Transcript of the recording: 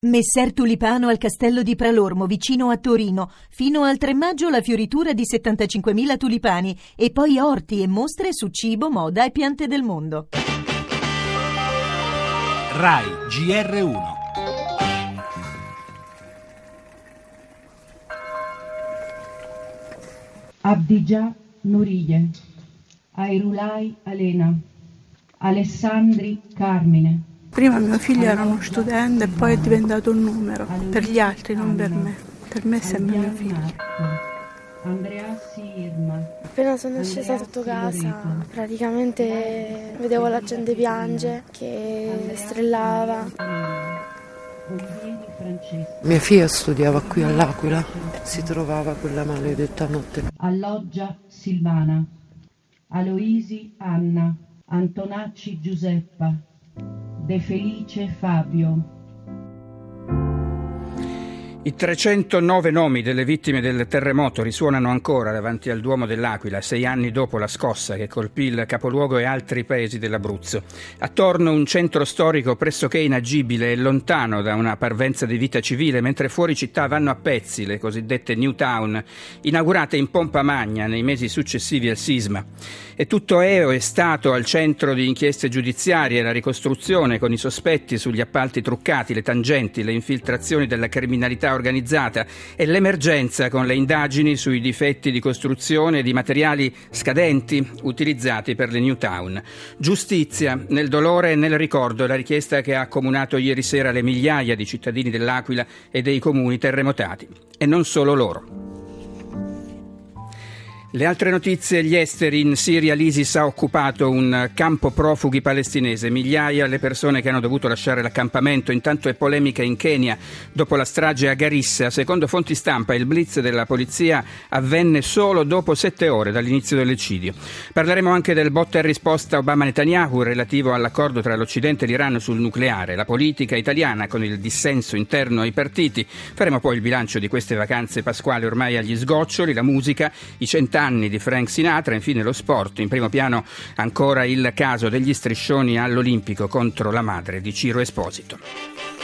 Messer Tulipano al castello di Pralormo, vicino a Torino. Fino al 3 maggio la fioritura di 75.000 tulipani e poi orti e mostre su cibo, moda e piante del mondo. Rai GR1. Abdija Nuriye, Airulai Alena, Alessandri Carmine. Prima mio figlio era uno studente e poi è diventato un numero, per gli altri, non per me. Per me è sempre mio figlio. Appena sono scesa sotto casa, praticamente vedevo la gente piange, che strillava. Mia figlia studiava qui all'Aquila, si trovava quella maledetta notte. Alloggia Silvana, Aloisi Anna, Antonacci Giuseppa, De Felice Fabio. I 309 nomi delle vittime del terremoto risuonano ancora davanti al Duomo dell'Aquila, 6 anni dopo la scossa che colpì il capoluogo e altri paesi dell'Abruzzo. Attorno un centro storico pressoché inagibile e lontano da una parvenza di vita civile, mentre fuori città vanno a pezzi le cosiddette New Town, inaugurate in pompa magna nei mesi successivi al sisma. E tutto è o è stato al centro di inchieste giudiziarie, la ricostruzione con i sospetti sugli appalti truccati, le tangenti, le infiltrazioni della criminalità organizzata e l'emergenza con le indagini sui difetti di costruzione e di materiali scadenti utilizzati per le New Town. Giustizia nel dolore e nel ricordo è la richiesta che ha accomunato ieri sera le migliaia di cittadini dell'Aquila e dei comuni terremotati. E non solo loro. Le altre notizie, gli esteri. In Siria l'ISIS ha occupato un campo profughi palestinese, migliaia le persone che hanno dovuto lasciare l'accampamento. Intanto è polemica in Kenya dopo la strage a Garissa. Secondo fonti stampa il blitz della polizia avvenne solo dopo 7 ore dall'inizio dell'eccidio. Parleremo anche del botta e risposta Obama-Netanyahu relativo all'accordo tra l'Occidente e l'Iran sul nucleare, la politica italiana con il dissenso interno ai partiti. Faremo poi il bilancio di queste vacanze pasquali ormai agli sgoccioli, la musica, i 100 anni di Frank Sinatra, infine lo sport. In primo piano ancora il caso degli striscioni all'Olimpico contro la madre di Ciro Esposito.